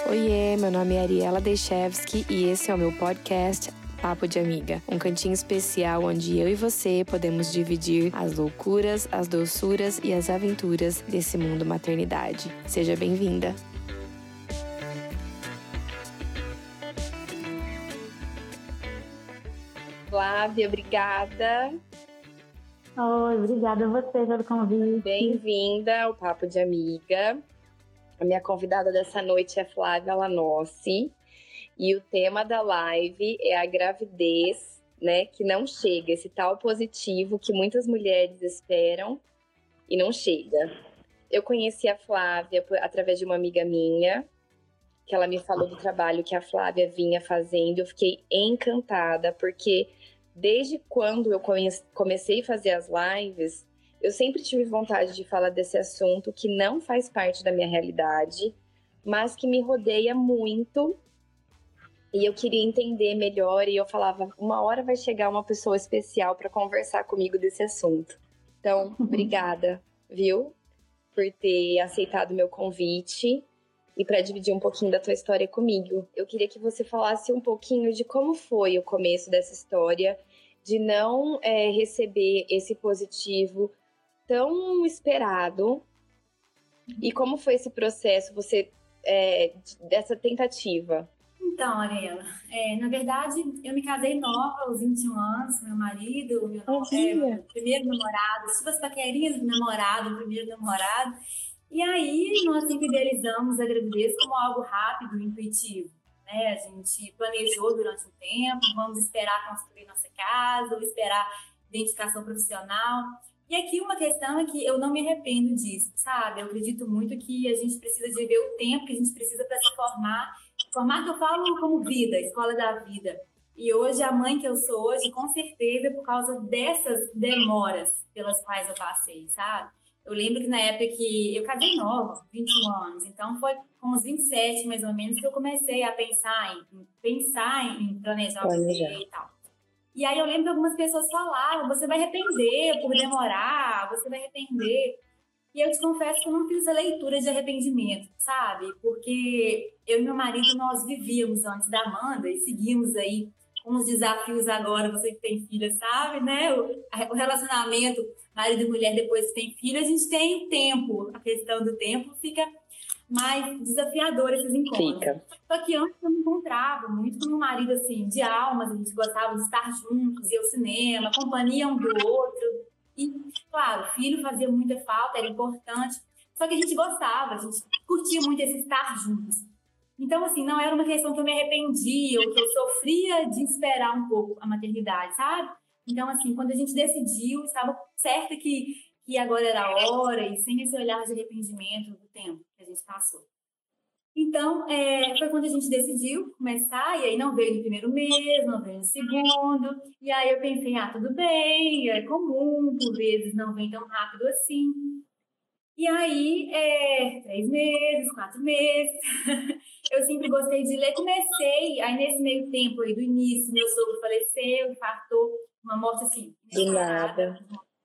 Oiê, meu nome é Ariela Dechevski e esse é o meu podcast Papo de Amiga, um cantinho especial onde eu e você podemos dividir as loucuras, as doçuras e as aventuras desse mundo maternidade. Seja bem-vinda! Flávia, obrigada. Oi, obrigada a você pelo convite. Bem-vinda ao Papo de Amiga. A minha convidada dessa noite é Flávia Lanossi e o tema da live é a gravidez, né, que não chega, esse tal positivo que muitas mulheres esperam e não chega. Eu conheci a Flávia através de uma amiga minha, que ela me falou do trabalho que a Flávia vinha fazendo. Eu fiquei encantada, porque desde quando eu comecei a fazer as lives, eu sempre tive vontade de falar desse assunto que não faz parte da minha realidade, mas que me rodeia muito. E eu queria entender melhor, e eu falava, uma hora vai chegar uma pessoa especial para conversar comigo desse assunto. Então, obrigada, viu, por ter aceitado o meu convite e para dividir um pouquinho da tua história comigo. Eu queria que você falasse um pouquinho de como foi o começo dessa história, de não receber esse positivo tão esperado, e como foi esse processo, dessa tentativa? Então, Ariela, na verdade, eu me casei nova, aos 21 anos, meu marido, meu primeiro namorado, suas paquerinhas, namorado, primeiro namorado. E aí, nós sempre idealizamos a gravidez como algo rápido, intuitivo, né? A gente planejou durante um tempo, vamos esperar construir nossa casa, ou esperar identificação profissional. E aqui uma questão é que eu não me arrependo disso, sabe? Eu acredito muito que a gente precisa de ver o tempo que a gente precisa para se formar. Formar que eu falo como vida, escola da vida. E hoje, a mãe que eu sou hoje, com certeza, é por causa dessas demoras pelas quais eu passei, sabe? Eu lembro que na época que eu casei nova, 21 anos, então foi com os 27, mais ou menos, que eu comecei a pensar em planejar o bebê e tal. E aí eu lembro que algumas pessoas falavam, você vai arrepender por demorar, você vai arrepender. E eu te confesso que eu não fiz a leitura de arrependimento, sabe? Porque eu e meu marido, nós vivíamos antes da Amanda e seguimos aí com os desafios agora, você que tem filha sabe, né? O relacionamento marido e mulher depois que tem filho, a gente tem o tempo, a questão do tempo fica mais desafiador esses encontros. Só que antes eu me encontrava muito com meu marido, assim, de almas, a gente gostava de estar juntos, ir ao cinema, companhia um do outro. E, claro, o filho fazia muita falta, era importante, só que a gente gostava, a gente curtia muito esse estar juntos. Então, assim, não era uma questão que eu me arrependia ou que eu sofria de esperar um pouco a maternidade, sabe? Então, assim, quando a gente decidiu, estava certa que agora era a hora e sem esse olhar de arrependimento do tempo que a gente passou. Então, foi quando a gente decidiu começar, e aí não veio no primeiro mês, não veio no segundo, e aí eu pensei, tudo bem, é comum, por vezes não vem tão rápido assim. E aí, 3 meses, 4 meses, eu sempre gostei de ler, comecei, aí nesse meio tempo aí do início, meu sogro faleceu, infartou, uma morte assim, de nada.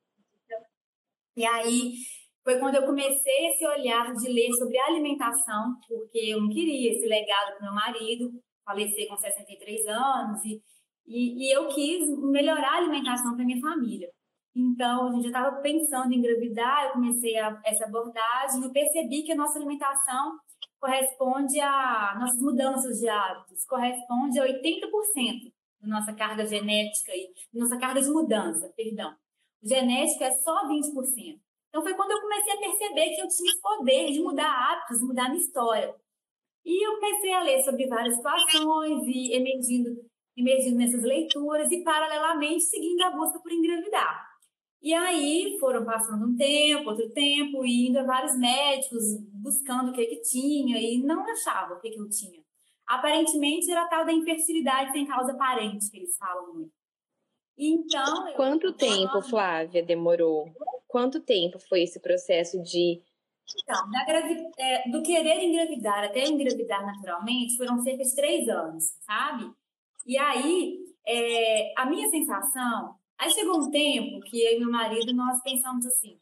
E aí, foi quando eu comecei esse olhar de ler sobre alimentação, porque eu não queria esse legado para meu marido, falecer com 63 anos, e eu quis melhorar a alimentação para minha família. Então, a gente já estava pensando em engravidar, eu comecei essa abordagem, eu percebi que a nossa alimentação corresponde a nossas mudanças de hábitos, corresponde a 80% da nossa carga genética e nossa carga de mudança, perdão. O genético é só 20%. Então, foi quando eu comecei a perceber que eu tinha esse poder de mudar hábitos, mudar minha história. E eu comecei a ler sobre várias situações e emergindo nessas leituras e, paralelamente, seguindo a busca por engravidar. E aí, foram passando um tempo, outro tempo, e indo a vários médicos, buscando o que tinha, e não achava o que eu tinha. Aparentemente, era a tal da infertilidade sem causa aparente, que eles falam muito. Então, quanto tempo, Flávia, demorou? Quanto tempo foi esse processo de... Então, do querer engravidar até engravidar naturalmente, foram cerca de 3 anos, sabe? E aí, a minha sensação... Aí chegou um tempo que eu e meu marido, nós pensamos assim,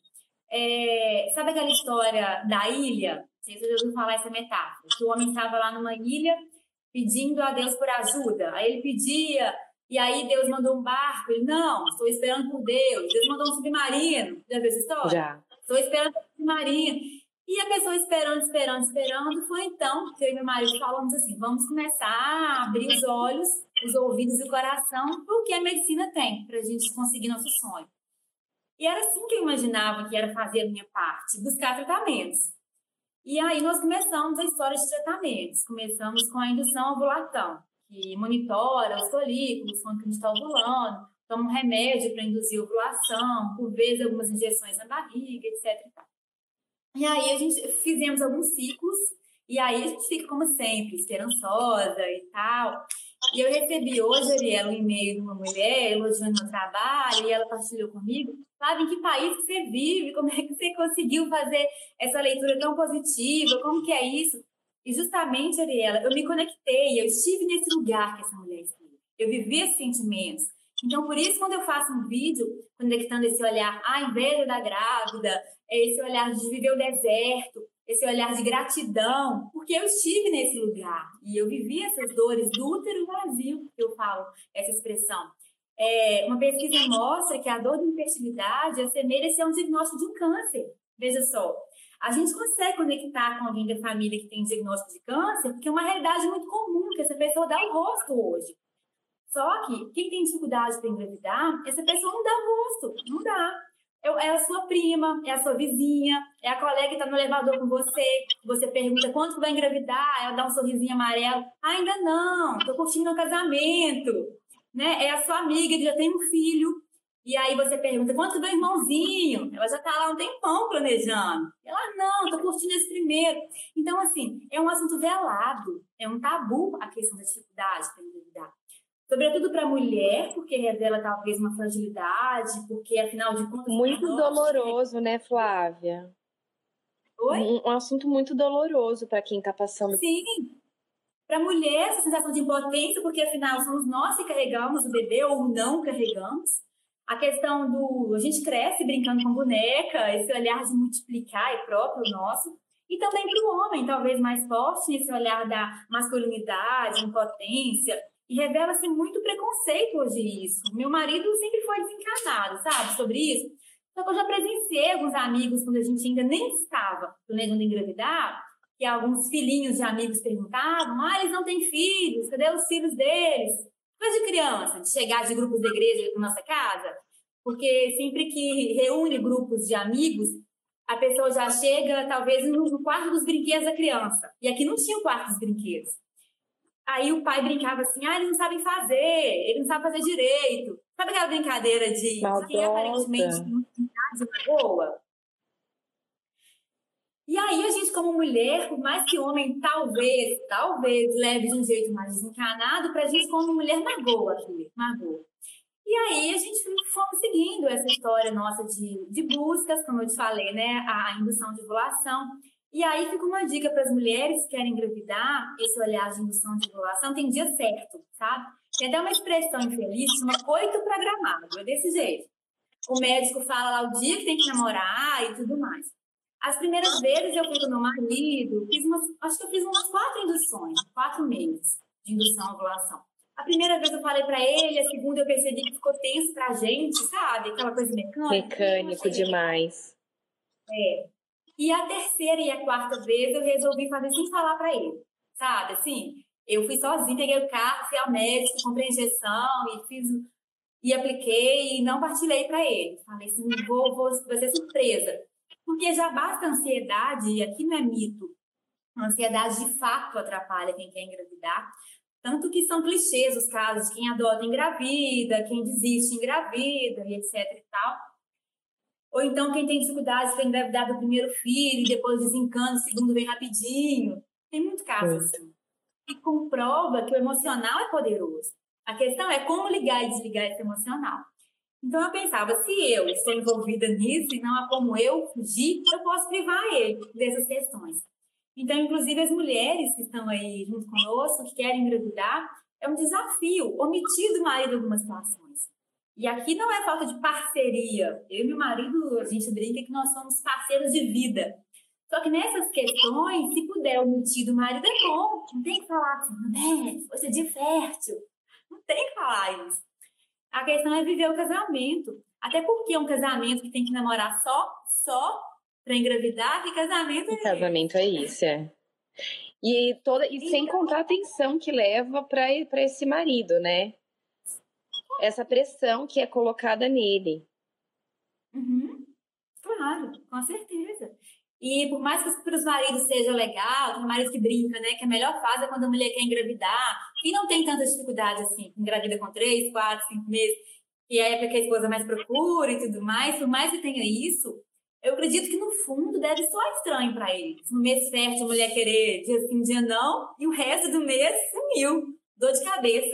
Sabe aquela história da ilha? Não sei se você já ouviu falar essa metáfora. Que o homem estava lá numa ilha pedindo a Deus por ajuda. Aí ele pedia, e aí Deus mandou um barco. Ele, não, estou esperando por Deus. Deus mandou um submarino. Já viu essa história? Já. Estou esperando por um submarino. E a pessoa esperando. Foi então que eu e meu marido falamos assim, vamos começar a abrir os olhos, os ouvidos e o coração para o que a medicina tem, para a gente conseguir nosso sonho. E era assim que eu imaginava que era fazer a minha parte, buscar tratamentos. E aí nós começamos a história de tratamentos. Começamos com a indução à ovulação, que monitora os folículos quando a gente está ovulando, toma um remédio para induzir a ovulação, por vezes algumas injeções na barriga, etc. E aí a gente fizemos alguns ciclos, e aí a gente fica, como sempre, esperançosa e tal. E eu recebi hoje, Ariela, um e-mail de uma mulher elogiando meu trabalho, e ela partilhou comigo. Sabe, em que país que você vive? Como é que você conseguiu fazer essa leitura tão positiva? Como que é isso? E justamente, Ariela, eu me conectei, eu estive nesse lugar que essa mulher esteve. Eu vivi esses sentimentos. Então, por isso, quando eu faço um vídeo conectando esse olhar à inveja da grávida, esse olhar de viver o deserto, esse olhar de gratidão, porque eu estive nesse lugar e eu vivi essas dores do útero vazio, que eu falo essa expressão. Uma pesquisa mostra que a dor de infertilidade assemelha-se a um diagnóstico de um câncer. Veja só, a gente consegue conectar com alguém da família que tem diagnóstico de câncer, porque é uma realidade muito comum, que essa pessoa dá o rosto hoje. Só que quem tem dificuldade para engravidar, essa pessoa não dá o rosto, não dá. É a sua prima, é a sua vizinha, é a colega que está no elevador com você. Você pergunta quando que vai engravidar, ela dá um sorrisinho amarelo. Ainda não, estou curtindo meu casamento. Né? É a sua amiga que já tem um filho. E aí você pergunta quanto que vai o irmãozinho? Ela já está lá um tempão planejando. Ela, não, estou curtindo esse primeiro. Então, assim, é um assunto velado, é um tabu a questão da dificuldade para engravidar. Sobretudo para a mulher, porque revela talvez uma fragilidade, porque afinal de contas... Muito doloroso, né, Flávia? Oi? Um assunto muito doloroso para quem está passando. Sim, para a mulher essa sensação de impotência, porque afinal somos nós que carregamos o bebê ou não carregamos. A questão a gente cresce brincando com boneca, esse olhar de multiplicar é próprio nosso. E também para o homem, talvez mais forte nesse olhar da masculinidade, impotência. E revela-se muito preconceito hoje isso. Meu marido sempre foi desencanado, sabe, sobre isso. Só que eu já presenciei alguns amigos, quando a gente ainda nem estava planejando engravidar, que alguns filhinhos de amigos perguntavam, eles não têm filhos, cadê os filhos deles? Coisa de criança, de chegar de grupos de igreja para nossa casa. Porque sempre que reúne grupos de amigos, a pessoa já chega, talvez, no quarto dos brinquedos da criança. E aqui não tinha o quarto dos brinquedos. Aí o pai brincava assim, eles não sabem fazer, eles não sabem fazer direito. Sabe aquela brincadeira de quem aparentemente tem uma idade boa? E aí a gente, como mulher, por mais que homem talvez leve de um jeito mais desencanado, pra gente como mulher magoa. E aí a gente fomos seguindo essa história nossa de buscas, como eu te falei, né? A indução de ovulação. E aí fica uma dica para as mulheres que querem engravidar, esse olhar de indução de ovulação tem dia certo, sabe? Tem até uma expressão infeliz, chama coito programado, é desse jeito. O médico fala lá o dia que tem que namorar e tudo mais. As primeiras vezes eu fui com meu marido, acho que eu fiz umas 4 induções, 4 meses de indução à ovulação. A primeira vez eu falei para ele, a segunda eu percebi que ficou tenso pra gente, sabe? Aquela coisa mecânica. Mecânico demais. E a terceira e a quarta vez eu resolvi fazer sem falar para ele, sabe? Assim, eu fui sozinha, peguei o carro, fui ao médico, comprei injeção e apliquei e não partilhei para ele. Falei assim, vai ser surpresa. Porque já basta a ansiedade, e aqui não é mito, a ansiedade de fato atrapalha quem quer engravidar. Tanto que são clichês os casos de quem adota engravida, quem desiste engravida e etc e tal. Ou então quem tem dificuldade para engravidar do primeiro filho e depois desencana, o segundo vem rapidinho. Tem muito caso assim. E comprova que o emocional é poderoso. A questão é como ligar e desligar esse emocional. Então eu pensava, se eu estou envolvida nisso e não há como eu fugir, eu posso privar ele dessas questões. Então, inclusive, as mulheres que estão aí junto conosco, que querem engravidar, é um desafio omitir do marido algumas situações. E aqui não é falta de parceria. Eu e meu marido, a gente brinca que nós somos parceiros de vida. Só que nessas questões, se puder omitir do marido, é bom. Não tem que falar assim, né? Você é de fértil. Não tem que falar isso. A questão é viver o casamento. Até porque é um casamento que tem que namorar só para engravidar, que casamento é esse? Casamento é isso, é. E sem contar a atenção que leva para esse marido, né? Essa pressão que é colocada nele. Uhum. Claro, com certeza. E por mais que para os maridos seja legal, tem maridos que brincam, né? Que a melhor fase é quando a mulher quer engravidar. E não tem tanta dificuldade assim. Engravida com 3, 4, 5 meses. E é porque a esposa mais procura e tudo mais. Por mais que tenha isso, eu acredito que no fundo deve soar estranho para eles. No mês fértil, a mulher querer dia sim, dia não. E o resto do mês sumiu. Dor de cabeça.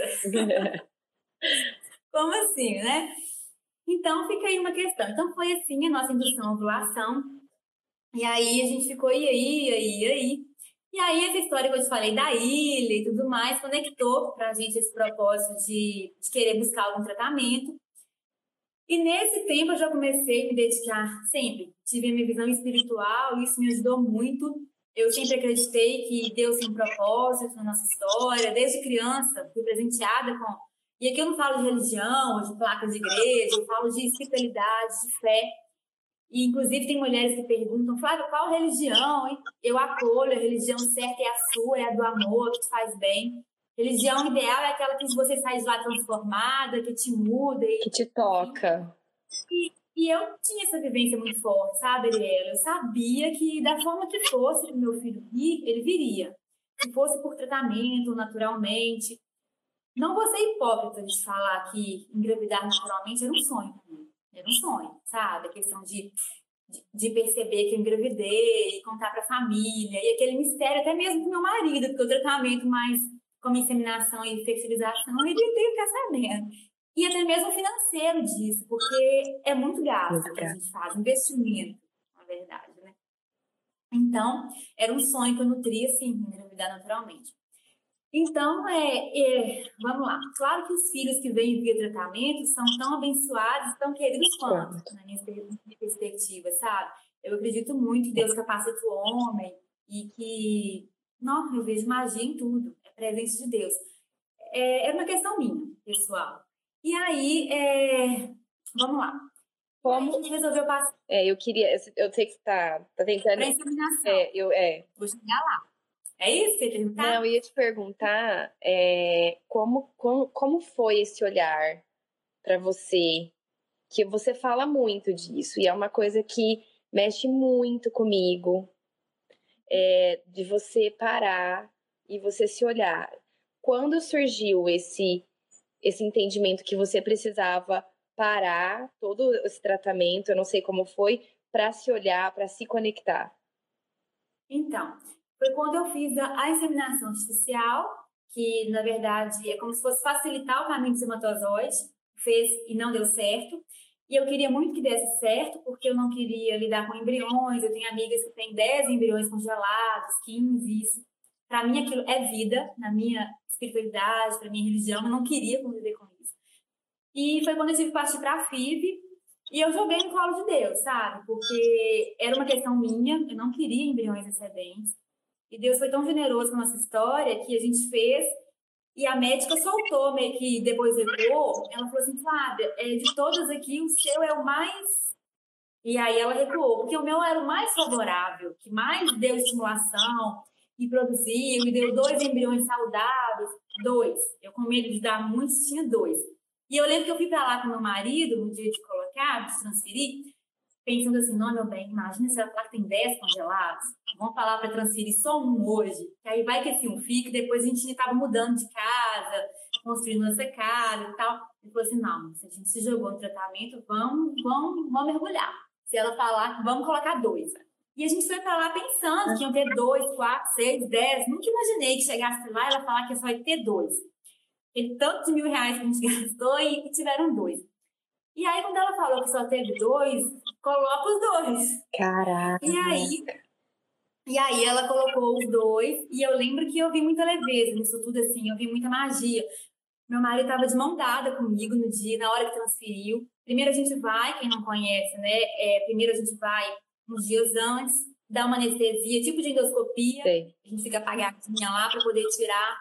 Como assim, né? Então fica aí uma questão. Então foi assim a nossa indução à ovulação. E aí a gente ficou, e aí? E aí essa história que eu te falei da ilha e tudo mais, conectou pra gente esse propósito de querer buscar algum tratamento. E nesse tempo eu já comecei a me dedicar sempre. Tive a minha visão espiritual, isso me ajudou muito. Eu sempre acreditei que Deus tem um propósito na nossa história. Desde criança, fui presenteada com... E aqui eu não falo de religião, de placas de igreja, eu falo de espiritualidade, de fé. E, inclusive, tem mulheres que perguntam, Flávia, qual religião? Hein? Eu acolho, a religião certa é a sua, é a do amor, que te faz bem. Religião ideal é aquela que você sai de lá transformada, que te muda. Que te toca. E eu tinha essa vivência muito forte, sabe, Ariela? Eu sabia que da forma que fosse o meu filho vir, ele viria. Se fosse por tratamento, naturalmente. Não vou ser hipócrita de falar que engravidar naturalmente era um sonho. Era um sonho, sabe? A questão de perceber que eu engravidei e contar para a família. E aquele mistério até mesmo com meu marido, porque o tratamento mais como inseminação e fertilização, ele tem que ficar sabendo. E até mesmo financeiro disso, porque é muito gasto que a gente faz, investimento, na verdade, né? Então, era um sonho que eu nutria, assim, engravidar naturalmente. Então, vamos lá. Claro que os filhos que vêm via tratamento são tão abençoados, tão queridos quanto, na minha perspectiva, sabe? Eu acredito muito que Deus capacita o homem e que, não, eu vejo magia em tudo, é presente de Deus. É uma questão minha, pessoal. E aí, vamos lá. Como... A gente resolveu passar... eu sei que você tá tentando... Para inseminação. Vou chegar lá. É isso que você ia perguntar? Não, eu ia te perguntar como foi esse olhar para você, que você fala muito disso, e é uma coisa que mexe muito comigo, de você parar e você se olhar. Quando surgiu esse entendimento que você precisava parar todo esse tratamento, eu não sei como foi, para se olhar, para se conectar? Então, foi quando eu fiz a inseminação artificial, que na verdade é como se fosse facilitar o caminho do espermatozoide, fez e não deu certo. E eu queria muito que desse certo, porque eu não queria lidar com embriões. Eu tenho amigas que têm 10 embriões congelados, 15, isso. Para mim aquilo é vida, na minha espiritualidade, para minha religião, eu não queria conviver com isso. E foi quando eu tive que partir para a FIV, e eu joguei no colo de Deus, sabe? Porque era uma questão minha, eu não queria embriões excedentes. E Deus foi tão generoso com a nossa história que a gente fez, e a médica soltou, meio que depois recuou. Ela falou assim, Flávia, de todas aqui, o seu é o mais... E aí ela recuou, porque o meu era o mais favorável, que mais deu estimulação e produziu, e deu 2 embriões saudáveis, 2. Eu com medo de dar muitos, tinha 2. E eu lembro que eu fui para lá com meu marido, no dia de colocar, de transferir, pensando assim, não, meu bem, imagina se ela falar que tem 10 congelados, vamos falar para transferir só um hoje, que aí vai que assim um fica, e depois a gente estava mudando de casa, construindo nossa casa e tal. Ele falou assim, não, se a gente se jogou no tratamento, vamos mergulhar. Se ela falar, vamos colocar 2. E a gente foi para lá pensando que iam ter 2, 4, 6, 10. Nunca imaginei que chegasse lá e ela falar que só ia ter 2. Aquele tanto de R$1.000 que a gente gastou e tiveram 2. E aí, quando ela falou que só teve 2, coloca os 2. Caraca. E aí ela colocou os 2, e eu lembro que eu vi muita leveza nisso tudo, assim, eu vi muita magia. Meu marido estava de mão dada comigo no dia, na hora que transferiu. Primeiro a gente vai, quem não conhece, né? Primeiro a gente vai uns dias antes, dá uma anestesia, tipo de endoscopia. Sei. A gente fica apagadinha lá para poder tirar.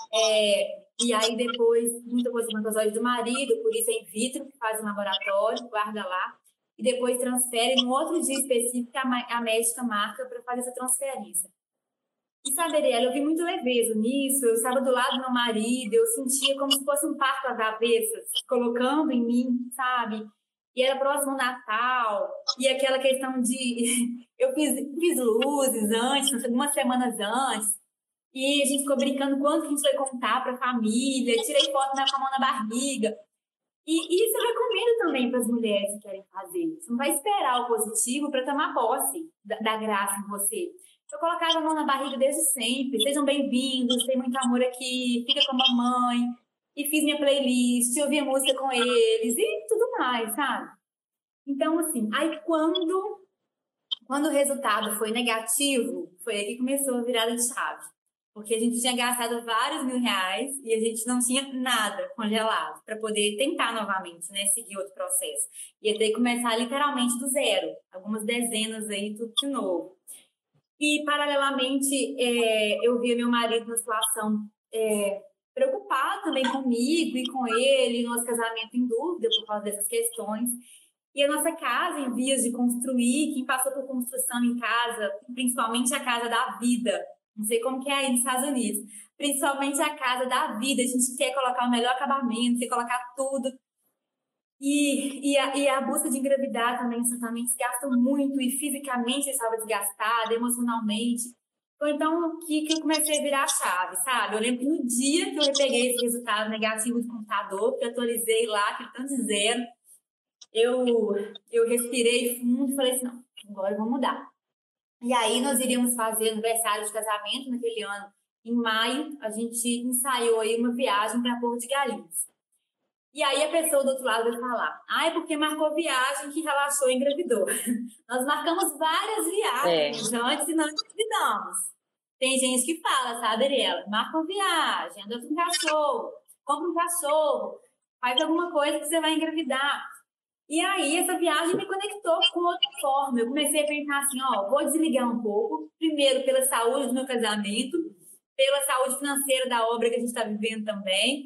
E aí depois, muita coisa espermatozoide do marido, por isso é in vitro, que faz no laboratório, guarda lá. E depois transfere no outro dia específico que a médica marca para fazer essa transferência. E sabe, Ariela, eu vi muito leveza nisso, eu estava do lado do meu marido, eu sentia como se fosse um parto às avessas, colocando em mim, sabe? E era próximo ao Natal, e aquela questão de... Eu fiz luzes antes, algumas semanas antes, e a gente ficou brincando quanto que a gente vai contar para a família, tirei foto com a mão na barriga. E isso eu recomendo também para as mulheres que querem fazer. Você não vai esperar o positivo para tomar posse da graça em você. Eu colocava a mão na barriga desde sempre. Sejam bem-vindos, tem muito amor aqui, fica com a mamãe. E fiz minha playlist, ouvia música com eles e tudo mais, sabe? Então, assim, aí quando o resultado foi negativo, foi aí que começou a virada de chave. Porque a gente tinha gastado vários R$1.000 e a gente não tinha nada congelado para poder tentar novamente, né? Seguir outro processo. Ia ter que começar literalmente do zero. Algumas dezenas aí, tudo de novo. E, paralelamente, eu via meu marido numa situação preocupado também comigo e com ele, nosso casamento em dúvida por causa dessas questões. E a nossa casa em vias de construir, quem passou por construção em casa, principalmente a casa da vida, não sei como que é aí nos Estados Unidos, principalmente a casa da vida, a gente quer colocar o melhor acabamento, quer colocar tudo. E a busca de engravidar também, certamente, desgastam muito, e fisicamente eu estava desgastada, emocionalmente. Foi então que eu comecei a virar a chave, sabe? Eu lembro que no dia que eu peguei esse resultado negativo do computador, que eu atualizei lá, aquele tanto de zero, eu respirei fundo e falei assim, não, agora eu vou mudar. E aí nós iríamos fazer aniversário de casamento naquele ano. Em maio, a gente ensaiou aí uma viagem para Porto de Galinhas. E aí a pessoa do outro lado vai falar, é porque marcou viagem que relaxou e engravidou. Nós marcamos várias viagens antes e não engravidamos. Tem gente que fala, sabe, Ariela? Marca uma viagem, anda com um cachorro, compra um cachorro, faz alguma coisa que você vai engravidar. E aí, essa viagem me conectou com outra forma. Eu comecei a pensar assim, vou desligar um pouco. Primeiro, pela saúde do meu casamento, pela saúde financeira da obra que a gente está vivendo também.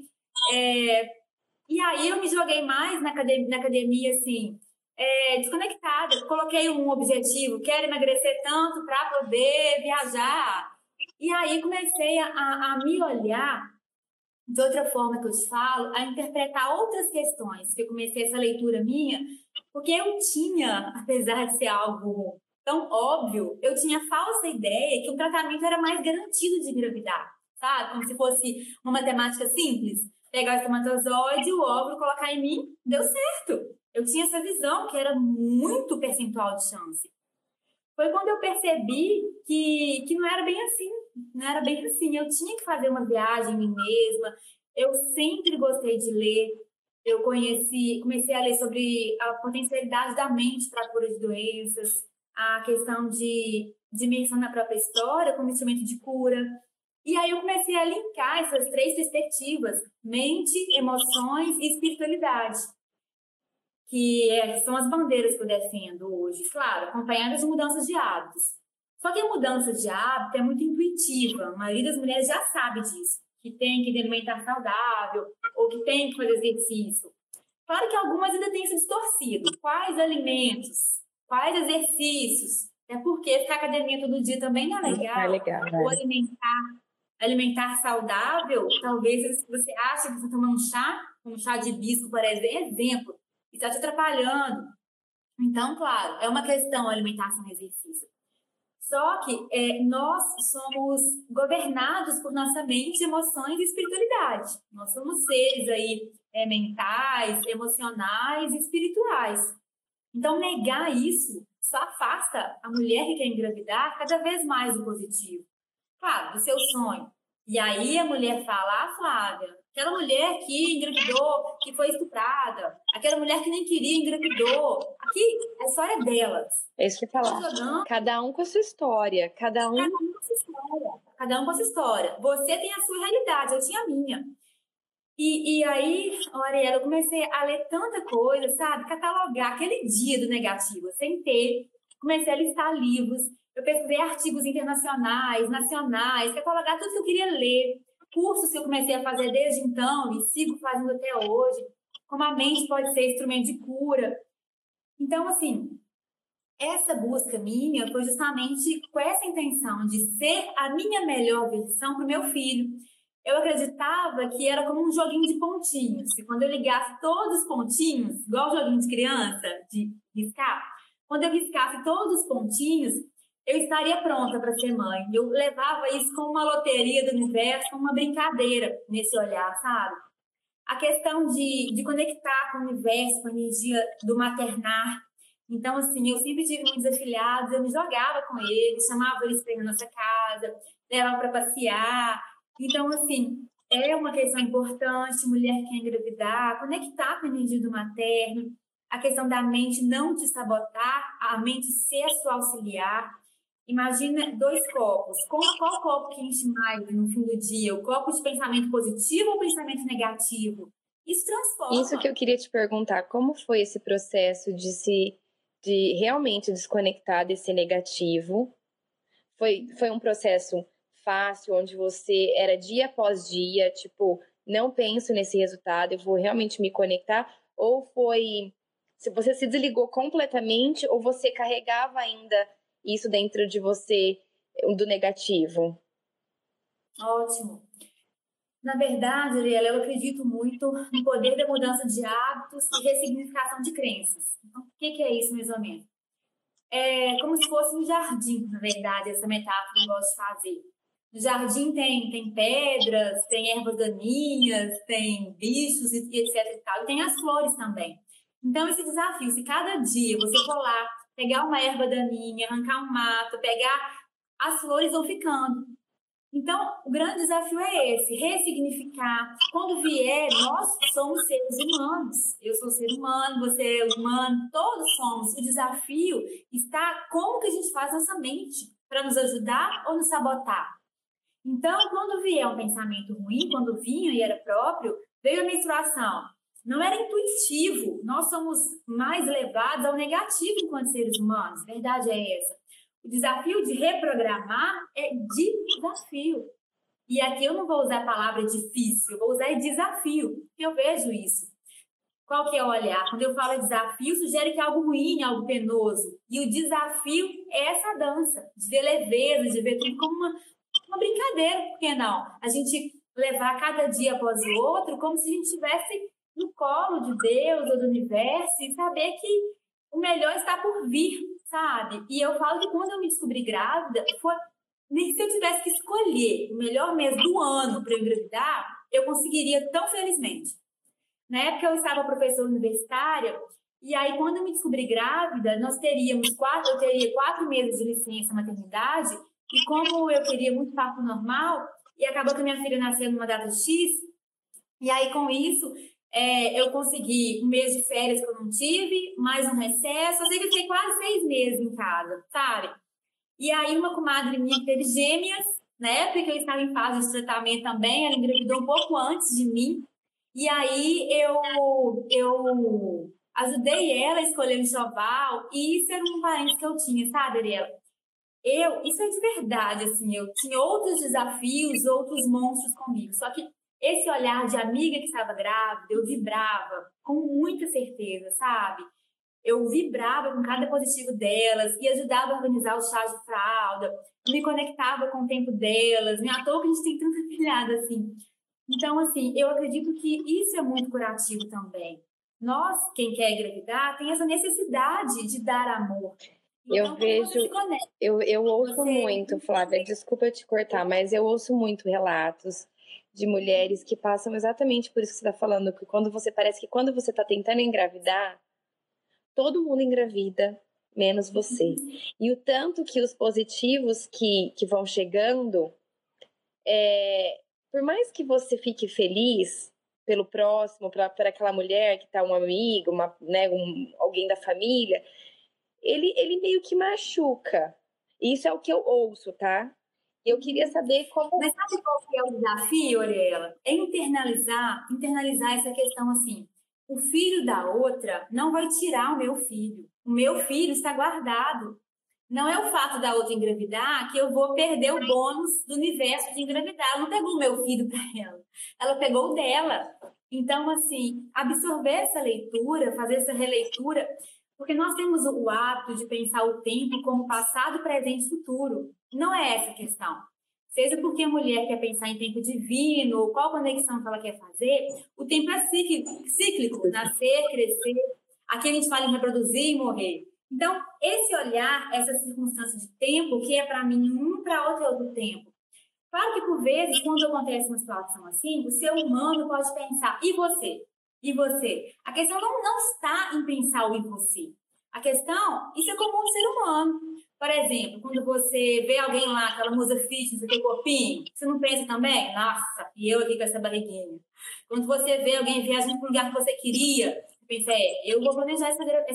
E aí, eu me joguei mais na academia, assim, desconectada. Coloquei um objetivo, quero emagrecer tanto para poder viajar. E aí, comecei a me olhar de outra forma que eu te falo, a interpretar outras questões, que eu comecei essa leitura minha, porque eu tinha, apesar de ser algo tão óbvio, eu tinha a falsa ideia que o tratamento era mais garantido de engravidar, sabe? Como se fosse uma matemática simples. Pegar o espermatozoide, o óvulo, colocar em mim, deu certo. Eu tinha essa visão que era muito percentual de chance. Foi quando eu percebi que não era bem assim. Não era bem assim. Eu tinha que fazer uma viagem em mim mesma. Eu sempre gostei de ler. Eu comecei a ler sobre a potencialidade da mente para a cura de doenças, a questão de dimensão na própria história como instrumento de cura. E aí eu comecei a linkar essas três perspectivas, mente, emoções e espiritualidade, que são as bandeiras que eu defendo hoje, claro, acompanhadas de mudanças de hábitos. Só que a mudança de hábito é muito intuitiva, a maioria das mulheres já sabe disso, que tem que alimentar saudável, ou que tem que fazer exercício. Claro que algumas ainda têm se distorcido. Quais alimentos? Quais exercícios? É porque ficar academia todo dia também não é legal. É legal, né? Ou alimentar saudável, talvez se você acha que você toma um chá de hibisco, por exemplo, está te atrapalhando. Então, claro, é uma questão alimentação e exercício. Só que nós somos governados por nossa mente, emoções e espiritualidade. Nós somos seres aí mentais, emocionais e espirituais. Então, negar isso só afasta a mulher que quer engravidar cada vez mais do positivo. Claro, do seu sonho. E aí a mulher fala, Flávia, aquela mulher que engravidou, que foi estuprada, aquela mulher que nem queria engravidou. Aqui, a história é delas. É isso que eu ia falar. Cada um com a sua história. Cada um com a sua história. Cada um com a sua história. Você tem a sua realidade, eu tinha a minha. E aí, Ariela, eu comecei a ler tanta coisa, sabe? Catalogar aquele dia do negativo. Eu sentei, comecei a listar livros, eu pesquisei artigos internacionais, nacionais, catalogar tudo que eu queria ler, cursos que eu comecei a fazer desde então e sigo fazendo até hoje, como a mente pode ser instrumento de cura. Então, assim, essa busca minha foi justamente com essa intenção de ser a minha melhor versão para o meu filho. Eu acreditava que era como um joguinho de pontinhos. E quando eu ligasse todos os pontinhos, igual joguinho de criança, de riscar, quando eu riscasse todos os pontinhos, eu estaria pronta para ser mãe. Eu levava isso como uma loteria do universo, como uma brincadeira nesse olhar, sabe? A questão de conectar com o universo, com a energia do maternar. Então, assim, eu sempre tive muitos afilhados, eu me jogava com eles, chamava eles para ir na nossa casa, levava para passear. Então, assim, é uma questão importante, mulher que quer engravidar, conectar com a energia do materno, a questão da mente não te sabotar, a mente ser a sua auxiliar. Imagina 2 copos. Qual copo que enche mais no fim do dia? O copo de pensamento positivo ou pensamento negativo? Isso Isso que transforma. eu queria te perguntar, como foi esse processo de realmente desconectar desse negativo? Foi um processo fácil, onde você era dia após dia, tipo, não penso nesse resultado, eu vou realmente me conectar? Ou foi, se você se desligou completamente, ou você carregava ainda isso dentro de você, do negativo? Ótimo. Na verdade, Ariela, eu acredito muito no poder da mudança de hábitos e ressignificação de crenças. Então, o que é isso, mais ou menos? É como se fosse um jardim, na verdade, essa metáfora que eu gosto de fazer. No jardim tem pedras, tem ervas daninhas, tem bichos e etc e tal. E tem as flores também. Então, esse desafio, se cada dia você for lá, pegar uma erva daninha, arrancar um mato, pegar, as flores vão ficando. Então, o grande desafio é esse, ressignificar. Quando vier, nós somos seres humanos. Eu sou ser humano, você é humano, todos somos. O desafio está como que a gente faz nossa mente para nos ajudar ou nos sabotar. Então, quando vier um pensamento ruim, quando vinha e era próprio, veio a menstruação. Não era intuitivo. Nós somos mais levados ao negativo enquanto seres humanos. A verdade é essa. O desafio de reprogramar é desafio. E aqui eu não vou usar a palavra difícil, eu vou usar desafio, porque eu vejo isso. Qual que é o olhar? Quando eu falo desafio, sugere que é algo ruim, algo penoso. E o desafio é essa dança, de ver leveza, de ver tudo como uma brincadeira, por que não? A gente levar cada dia após o outro como se a gente estivesse no colo de Deus ou do universo e saber que o melhor está por vir, sabe? E eu falo que quando eu me descobri grávida, foi nem se eu tivesse que escolher o melhor mês do ano para eu engravidar, eu conseguiria tão felizmente. Na época eu estava professora universitária e aí quando eu me descobri grávida, eu teria 4 meses de licença maternidade e como eu queria muito parto normal e acabou que minha filha nasceu numa data X e aí com isso eu consegui um mês de férias que eu não tive, mais um recesso, eu sei que eu fiquei quase 6 meses em casa, sabe? E aí uma comadre minha que teve gêmeas, na época que eu estava em fase de tratamento também, ela engravidou um pouco antes de mim. E aí eu ajudei ela a escolher o enxoval, e isso era um parente que eu tinha, sabe, Ariela? Isso é de verdade, assim, eu tinha outros desafios, outros monstros comigo. Só que esse olhar de amiga que estava grávida, eu vibrava com muita certeza, sabe? Eu vibrava com cada positivo delas e ajudava a organizar os chás de fralda, me conectava com o tempo delas, não é à toa que a gente tem tanta filhada assim. Então, assim, eu acredito que isso é muito curativo também. Nós, quem quer engravidar, tem essa necessidade de dar amor. Eu Então, quando você se vejo, conecta, eu ouço você... muito, Flávia, desculpa te cortar, mas eu ouço muito relatos de mulheres que passam exatamente por isso que você está falando, que quando você parece que quando você está tentando engravidar, todo mundo engravida, menos você. E o tanto que os positivos que vão chegando, por mais que você fique feliz pelo próximo, para aquela mulher que está um amigo, né, alguém da família, ele meio que machuca. Isso é o que eu ouço, tá? Eu queria saber como... Mas sabe qual que é o desafio, Oriela? É internalizar essa questão assim. O filho da outra não vai tirar o meu filho. O meu filho está guardado. Não é o fato da outra engravidar que eu vou perder o bônus do universo de engravidar. Ela não pegou o meu filho para ela. Ela pegou o dela. Então, assim, absorver essa leitura, fazer essa releitura, porque nós temos o hábito de pensar o tempo como passado, presente e futuro. Não é essa a questão. Seja porque a mulher quer pensar em tempo divino, ou qual conexão que ela quer fazer, o tempo é cíclico, nascer, crescer. Aqui a gente fala em reproduzir e morrer. Então, esse olhar, essa circunstância de tempo, que é para mim um, para outro é outro tempo. Claro que, por vezes, quando acontece uma situação assim, o ser humano pode pensar, e você? E você? A questão não está em pensar o e você. A questão, isso é comum do ser humano. Por exemplo, quando você vê alguém lá, aquela musa fitness, aquele corpinho, você não pensa também? Nossa, e eu aqui com essa barriguinha. Quando você vê alguém viajando para um lugar que você queria, você pensa, eu vou planejar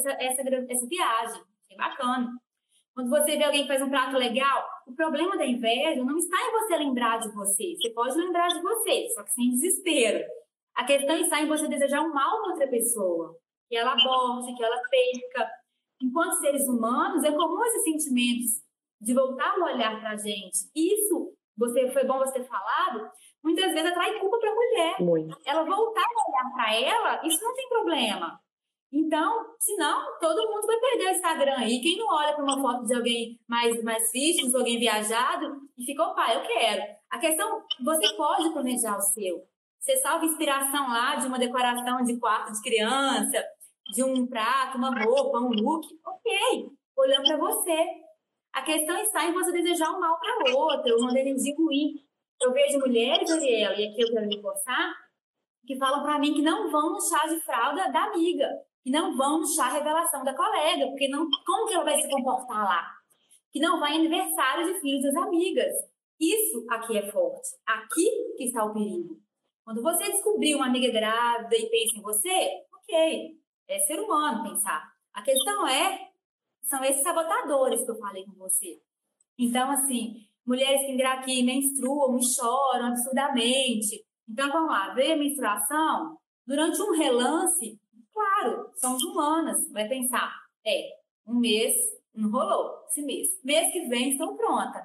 essa viagem. É bacana. Quando você vê alguém que faz um prato legal, o problema da inveja não está em você lembrar de você. Você pode lembrar de você, só que sem desespero. A questão está em você desejar um mal para outra pessoa. Que ela aborte, que ela perca. Enquanto seres humanos, é comum esses sentimentos de voltar o olhar para a gente. Isso, foi bom você ter falado, muitas vezes atrai culpa para a mulher. Muito. Ela voltar o olhar para ela, isso não tem problema. Então, senão, todo mundo vai perder o Instagram aí. Quem não olha para uma foto de alguém mais fitness, alguém viajado, e fica, opa, eu quero. A questão, você pode planejar o seu. Você salva inspiração lá de uma decoração de quarto de criança, de um prato, uma roupa, um look. Ok, olhando para você. A questão está em você desejar um mal para outra, uma energia ruim. Eu vejo mulheres, Ariela, e aqui eu quero reforçar, que falam para mim que não vão no chá de fralda da amiga, que não vão no chá revelação da colega, porque não, como que ela vai se comportar lá? Que não vai em aniversário de filhos das amigas. Isso aqui é forte. Aqui que está o perigo. Quando você descobrir uma amiga grávida e pensa em você, ok, é ser humano pensar. A questão são esses sabotadores que eu falei com você. Então, assim, mulheres que menstruam e choram absurdamente. Então, vamos lá, veio a menstruação, durante um relance, claro, somos humanas, vai pensar, um mês, não rolou esse mês. Mês que vem, estou pronta.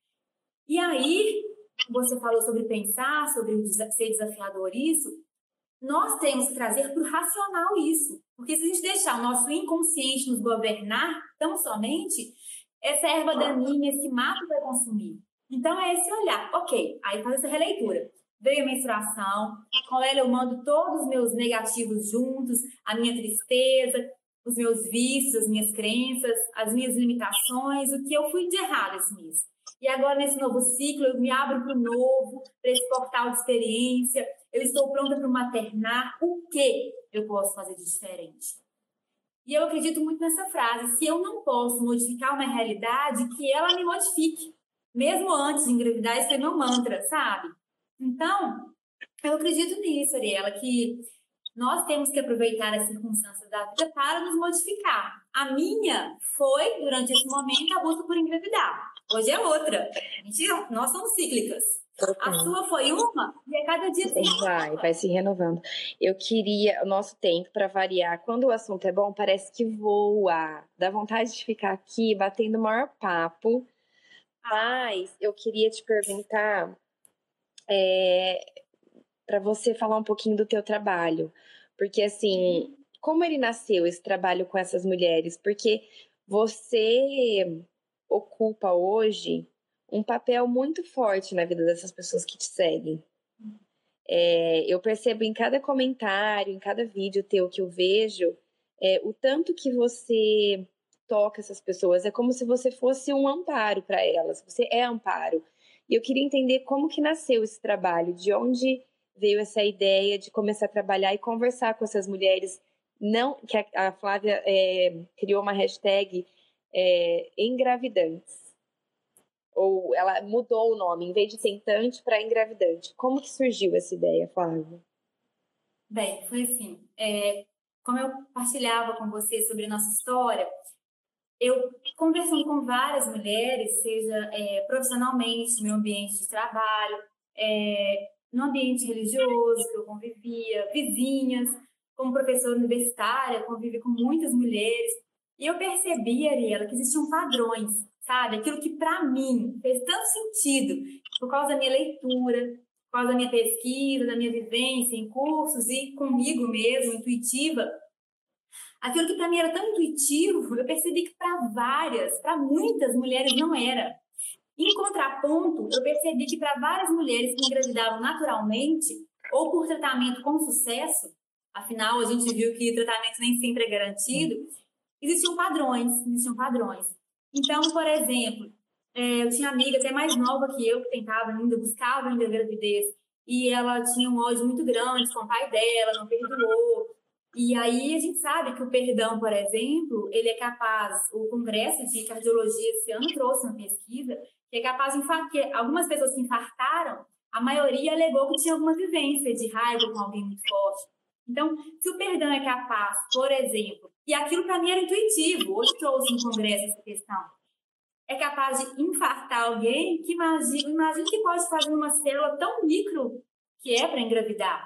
E aí, você falou sobre pensar, sobre ser desafiador isso, nós temos que trazer para o racional isso. Porque se a gente deixar o nosso inconsciente nos governar tão somente, essa erva daninha, esse mato vai consumir. Então, é esse olhar. Ok, aí faz essa releitura. Veio a menstruação, com ela eu mando todos os meus negativos juntos, a minha tristeza, os meus vícios, as minhas crenças, as minhas limitações, o que eu fui de errado esse mês. E agora, nesse novo ciclo, eu me abro para o novo, para esse portal de experiência, eu estou pronta para maternar, o que eu posso fazer de diferente? E eu acredito muito nessa frase, se eu não posso modificar uma realidade, que ela me modifique. Mesmo antes de engravidar, esse é meu mantra, sabe? Então, eu acredito nisso, Ariela, que nós temos que aproveitar as circunstâncias da vida para nos modificar. A minha foi, durante esse momento, a busca por engravidar. Hoje é outra. Nós somos cíclicas. A sua foi uma e a cada dia tem vai se renovando. Eu queria o nosso tempo para variar. Quando o assunto é bom, parece que voa. Dá vontade de ficar aqui batendo o maior papo. Mas eu queria te perguntar para você falar um pouquinho do teu trabalho. Porque, assim, como ele nasceu, esse trabalho com essas mulheres? Porque você ocupa hoje um papel muito forte na vida dessas pessoas que te seguem. Eu percebo em cada comentário, em cada vídeo teu que eu vejo, o tanto que você toca essas pessoas. É como se você fosse um amparo para elas. Você é amparo. E eu queria entender como que nasceu esse trabalho, de onde veio essa ideia de começar a trabalhar e conversar com essas mulheres. Não, que a Flávia criou uma hashtag engravidantes. Ou ela mudou o nome, em vez de tentante para engravidante. Como que surgiu essa ideia, Flávia? Bem, foi assim, como eu partilhava com você sobre a nossa história, eu conversando com várias mulheres, seja profissionalmente, no meu ambiente de trabalho, no ambiente religioso que eu convivia, vizinhas, como professora universitária, convivi com muitas mulheres, e eu percebi, Ariela, que existiam padrões, sabe? Aquilo que para mim fez tanto sentido, por causa da minha leitura, por causa da minha pesquisa, da minha vivência em cursos e comigo mesmo, intuitiva. Aquilo que para mim era tão intuitivo, eu percebi que para muitas mulheres não era. Em contraponto, eu percebi que para várias mulheres que engravidavam naturalmente ou por tratamento com sucesso, afinal a gente viu que o tratamento nem sempre é garantido, existiam padrões. Então, por exemplo, eu tinha amiga até mais nova que eu, que buscava ainda a gravidez, e ela tinha um ódio muito grande com o pai dela, não perdoou. E aí a gente sabe que o perdão, por exemplo, ele é capaz, o Congresso de Cardiologia esse ano trouxe uma pesquisa, que é capaz de algumas pessoas que infartaram, a maioria alegou que tinha alguma vivência de raiva com alguém muito forte. Então, se o perdão é capaz, por exemplo, e aquilo para mim era intuitivo, hoje trouxe no Congresso essa questão, é capaz de infartar alguém que imagina que pode fazer numa célula tão micro que é para engravidar.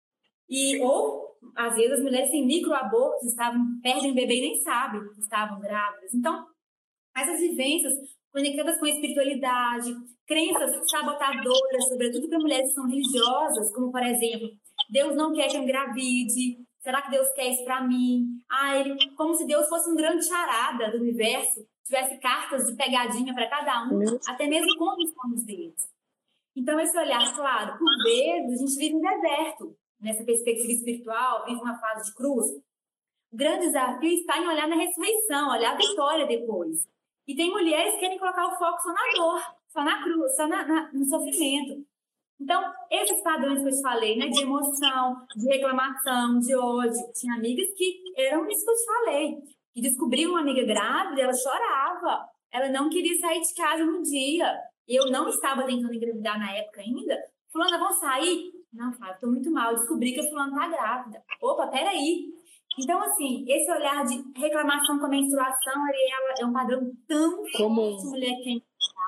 Ou, às vezes, as mulheres têm microabortos, perdem o bebê e nem sabem que estavam grávidas. Então, essas vivências conectadas com a espiritualidade, crenças sabotadoras, sobretudo para mulheres que são religiosas, como, por exemplo, Deus não quer que eu engravide, será que Deus quer isso para mim? Como se Deus fosse um grande charada do universo, tivesse cartas de pegadinha para cada um, até mesmo com os sonhos deles. Então, esse olhar, claro, por vezes a gente vive um deserto, nessa perspectiva espiritual, vive uma fase de cruz. O grande desafio está em olhar na ressurreição, olhar a vitória depois. E tem mulheres que querem colocar o foco só na dor, só na cruz, só no sofrimento. Então, esses padrões que eu te falei, né, de emoção, de reclamação, de ódio, tinha amigas que eram isso que eu te falei, que descobriam uma amiga grávida, ela chorava, ela não queria sair de casa no dia. Eu não estava tentando engravidar na época ainda. Fulana, vamos sair? Não, Fábio, estou muito mal, descobri que a fulana está grávida. Opa, peraí. Então, assim, esse olhar de reclamação com a menstruação, Ariela, é um padrão tão forte, mulher que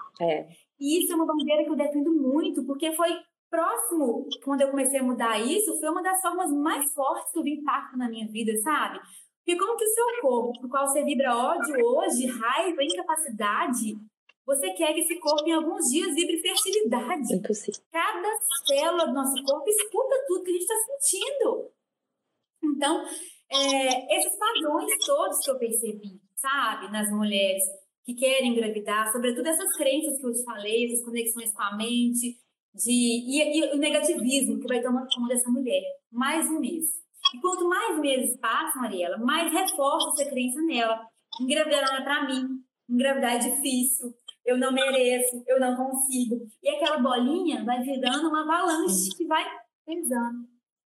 E isso é uma bandeira que eu defendo muito, porque foi próximo, quando eu comecei a mudar isso, foi uma das formas mais fortes que eu vi impacto na minha vida, sabe? Porque como que o seu corpo, pro qual você vibra ódio hoje, raiva, incapacidade, você quer que esse corpo em alguns dias vibre fertilidade. Impossível. Cada célula do nosso corpo escuta tudo que a gente está sentindo. Então, esses padrões todos que eu percebi, sabe, nas mulheres que querem engravidar, sobretudo essas crenças que eu te falei, essas conexões com a mente, e o negativismo que vai tomando conta dessa mulher, mais um mês. E quanto mais meses passam, Ariela, mais reforça essa crença nela. Engravidar não é pra mim, engravidar é difícil, eu não mereço, eu não consigo. E aquela bolinha vai virando uma avalanche que vai pesando.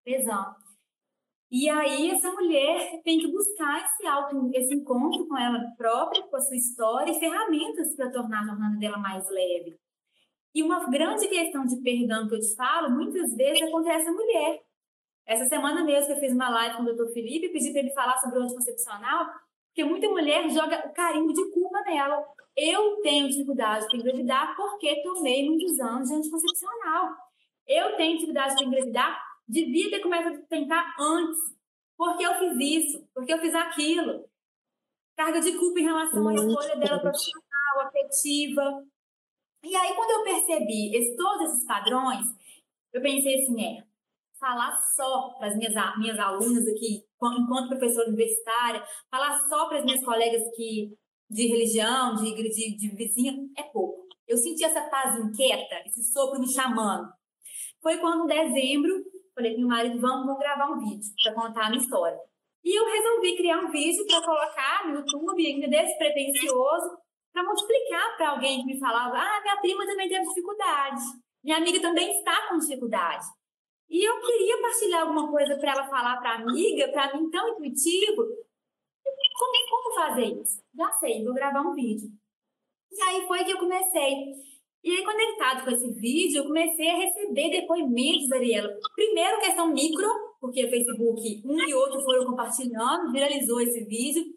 E aí essa mulher tem que buscar esse encontro com ela própria, com a sua história e ferramentas para tornar a jornada dela mais leve. E uma grande questão de perdão que eu te falo, muitas vezes acontece a mulher. Essa semana mesmo que eu fiz uma live com o Dr. Felipe e pedi para ele falar sobre o anticoncepcional, porque muita mulher joga o carimbo de culpa nela. Eu tenho dificuldade para engravidar porque tomei muitos anos de anticoncepcional. Eu tenho dificuldade para engravidar, devia ter começado a tentar antes. Porque eu fiz isso, porque eu fiz aquilo. Carga de culpa em relação à escolha dela profissional, afetiva. E aí, quando eu percebi todos esses padrões, eu pensei assim, falar só para as minhas alunas aqui, enquanto professora universitária, falar só para as minhas colegas de religião, de vizinha, é pouco. Eu senti essa paz inquieta, esse sopro me chamando. Foi quando, em dezembro, falei com meu marido, vamos gravar um vídeo para contar a minha história. E eu resolvi criar um vídeo para colocar no YouTube, ainda despretensioso, para multiplicar para alguém que me falava, minha prima também teve dificuldade, minha amiga também está com dificuldade. E eu queria partilhar alguma coisa para ela falar para a amiga, para mim tão intuitivo. Como fazer isso? Já sei, vou gravar um vídeo. E aí foi que eu comecei. E aí, conectado com esse vídeo, eu comecei a receber depoimentos, Ariela. Primeiro, questão micro, porque o Facebook, um e outro foram compartilhando, viralizou esse vídeo.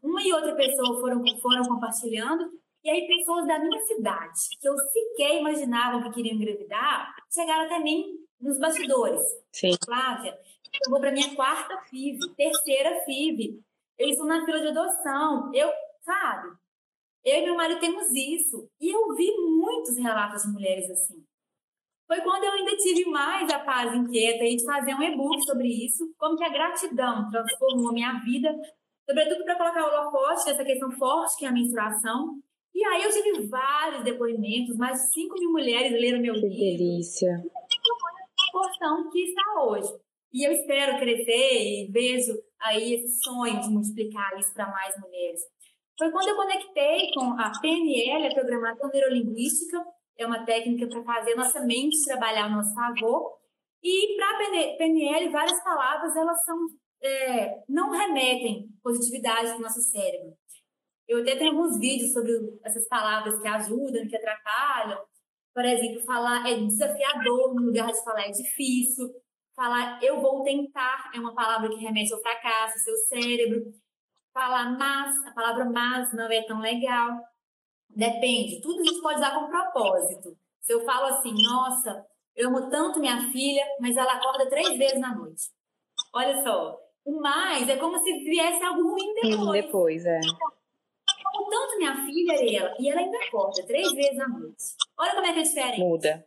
uma e outra pessoa foram compartilhando, e aí pessoas da minha cidade, que eu sequer imaginava que queriam engravidar, chegaram até mim nos bastidores. Sim. Flávia, eu vou para minha 4ª FIV, 3ª FIV, eu estou na fila de adoção, sabe? Eu e meu marido temos isso. E eu vi muitos relatos de mulheres assim. Foi quando eu ainda tive mais a paz inquieta e de fazer um e-book sobre isso, como que a gratidão transformou a minha vida, sobretudo para colocar o holofote nessa questão forte que é a menstruação. E aí eu tive vários depoimentos, mais de 5.000 mulheres leram meu livro. Que delícia! A proporção que está hoje. E eu espero crescer e vejo aí esse sonho de multiplicar isso para mais mulheres. Foi quando eu conectei com a PNL, a Programação Neurolinguística, é uma técnica para fazer nossa mente trabalhar ao nosso favor. E para a PNL, várias palavras, elas não remetem positividade para o nosso cérebro. Eu até tenho alguns vídeos sobre essas palavras que ajudam, que atrapalham. Por exemplo, falar é desafiador no lugar de falar é difícil. Falar eu vou tentar é uma palavra que remete ao fracasso, ao seu cérebro. Falar mas, a palavra mas não é tão legal. Depende, tudo a gente pode usar com propósito. Se eu falo assim, nossa, eu amo tanto minha filha, mas ela acorda 3 vezes na noite. Olha só, o mais é como se viesse algo ruim depois. Depois, é. Eu amo tanto minha filha, e ela ainda acorda 3 vezes na noite. Olha como é que é diferente. Muda.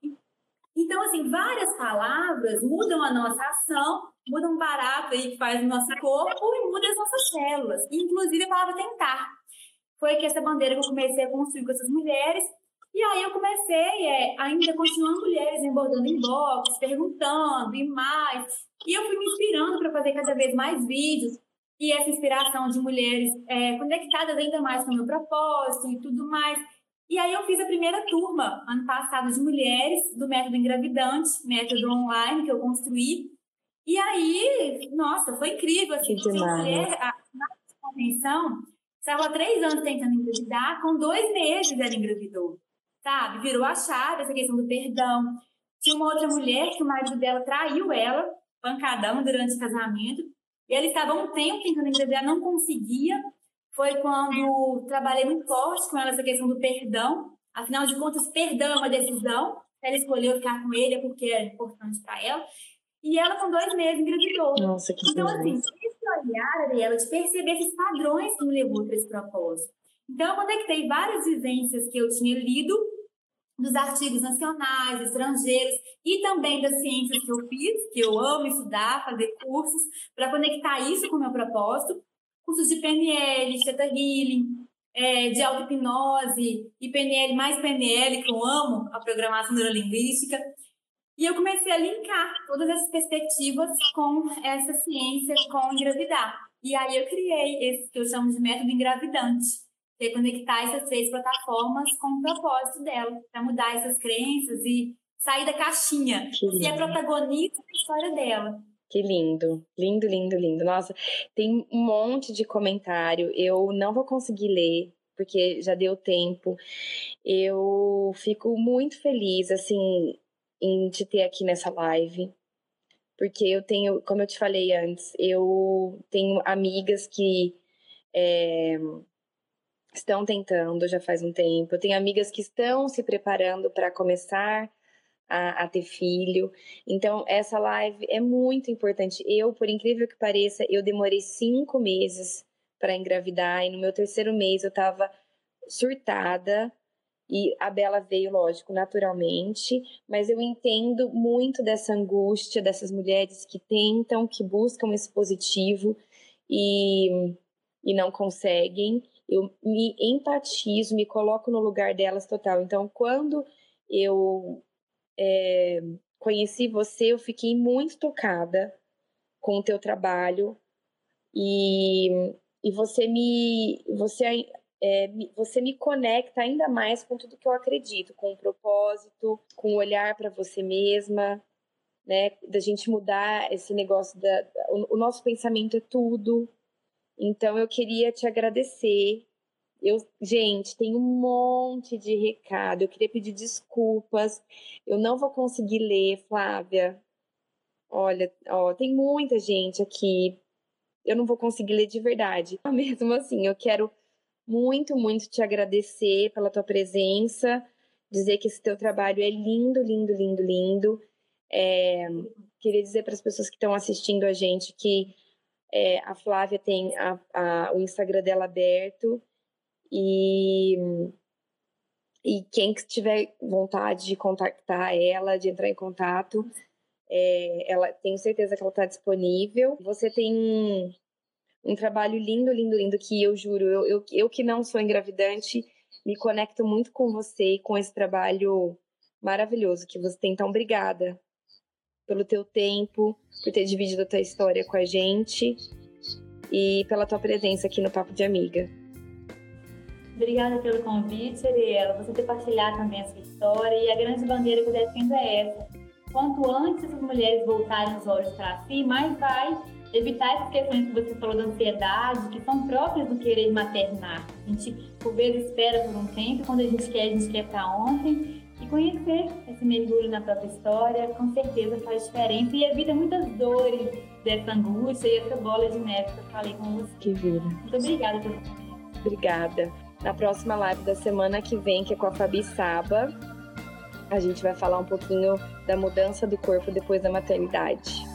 Então, assim, várias palavras mudam a nossa ação, mudam um barato aí que faz no nosso corpo e mudam as nossas células. Inclusive a palavra tentar. Foi que essa bandeira que eu comecei a construir com essas mulheres. E aí eu comecei, ainda continuando mulheres, abordando inbox, perguntando e mais. E eu fui me inspirando para fazer cada vez mais vídeos. E essa inspiração de mulheres conectadas ainda mais com o meu propósito e tudo mais. E aí eu fiz a primeira turma, ano passado, de mulheres do Método Engravidante, método online que eu construí. E aí, nossa, foi incrível. Assim, Que demais. Mulher, na convenção, estava há 3 anos tentando engravidar, com 2 meses ela engravidou, sabe? Virou a chave, essa questão do perdão. Tinha uma outra mulher que o marido dela traiu ela, pancadão, durante o casamento, e ela estava um tempo tentando engravidar, não conseguia. Foi quando trabalhei muito forte com ela essa questão do perdão. Afinal de contas, perdão é uma decisão. Ela escolheu ficar com ele porque era importante para ela. E ela, com 2 meses, engravidou. Nossa, que então, assim, delícia. esse olhar, Ariela, de perceber esses padrões que me levou para esse propósito. Então, eu conectei várias vivências que eu tinha lido dos artigos nacionais, estrangeiros e também das ciências que eu fiz, que eu amo estudar, fazer cursos, para conectar isso com o meu propósito. Cursos de PNL, Theta Healing, de auto-hipnose e PNL, mais PNL, que eu amo, a programação neurolinguística. E eu comecei a linkar todas essas perspectivas com essa ciência, com engravidar. E aí eu criei esse que eu chamo de método engravidante, que é conectar essas 3 plataformas com o propósito dela, para mudar essas crenças e sair da caixinha, ser a protagonista da história dela. Que lindo, lindo, lindo, lindo. Nossa, tem um monte de comentário, eu não vou conseguir ler, porque já deu tempo. Eu fico muito feliz, assim, em te ter aqui nessa live, porque eu tenho, como eu te falei antes, eu tenho amigas que estão tentando já faz um tempo, eu tenho amigas que estão se preparando para começar a ter filho. Então, essa live é muito importante. Eu, por incrível que pareça, eu demorei 5 meses para engravidar e no meu 3º mês eu estava surtada e a Bela veio, lógico, naturalmente, mas eu entendo muito dessa angústia dessas mulheres que tentam, que buscam esse positivo e não conseguem. Eu me empatizo, me coloco no lugar delas total. Então, quando eu conheci você, eu fiquei muito tocada com o teu trabalho e você me conecta ainda mais com tudo que eu acredito, com o propósito, com o olhar para você mesma, né? Da gente mudar esse negócio o nosso pensamento é tudo. Então eu queria te agradecer. Gente, tem um monte de recado. Eu queria pedir desculpas. Eu não vou conseguir ler, Flávia. Olha, tem muita gente aqui. eu não vou conseguir ler de verdade. Mesmo assim, eu quero muito, muito te agradecer pela tua presença, dizer que esse teu trabalho é lindo, lindo, lindo, lindo. Queria dizer para as pessoas que estão assistindo a gente que a Flávia tem o Instagram dela aberto e quem tiver vontade de contactar ela, de entrar em contato, ela tenho certeza que ela está disponível. Você tem um trabalho lindo, lindo, lindo, que eu juro, eu que não sou engravidante, me conecto muito com você e com esse trabalho maravilhoso que você tem. Então, obrigada pelo teu tempo, por ter dividido a tua história com a gente e pela tua presença aqui no Papo de Amiga. Obrigada pelo convite, Ariela, você ter partilhado também essa história, e a grande bandeira que eu defendo é essa. Quanto antes essas mulheres voltarem os olhos para si, mais vai evitar essas questões que você falou da ansiedade, que são próprias do querer maternar. A gente, por vezes, espera por um tempo, quando a gente quer para ontem, e conhecer esse mergulho na própria história, com certeza faz diferença e evita muitas dores dessa angústia e essa bola de neve que eu falei com você. Que vira. Muito obrigada pelo convite. Obrigada. Na próxima live da semana que vem, que é com a Fabi Saba, a gente vai falar um pouquinho da mudança do corpo depois da maternidade.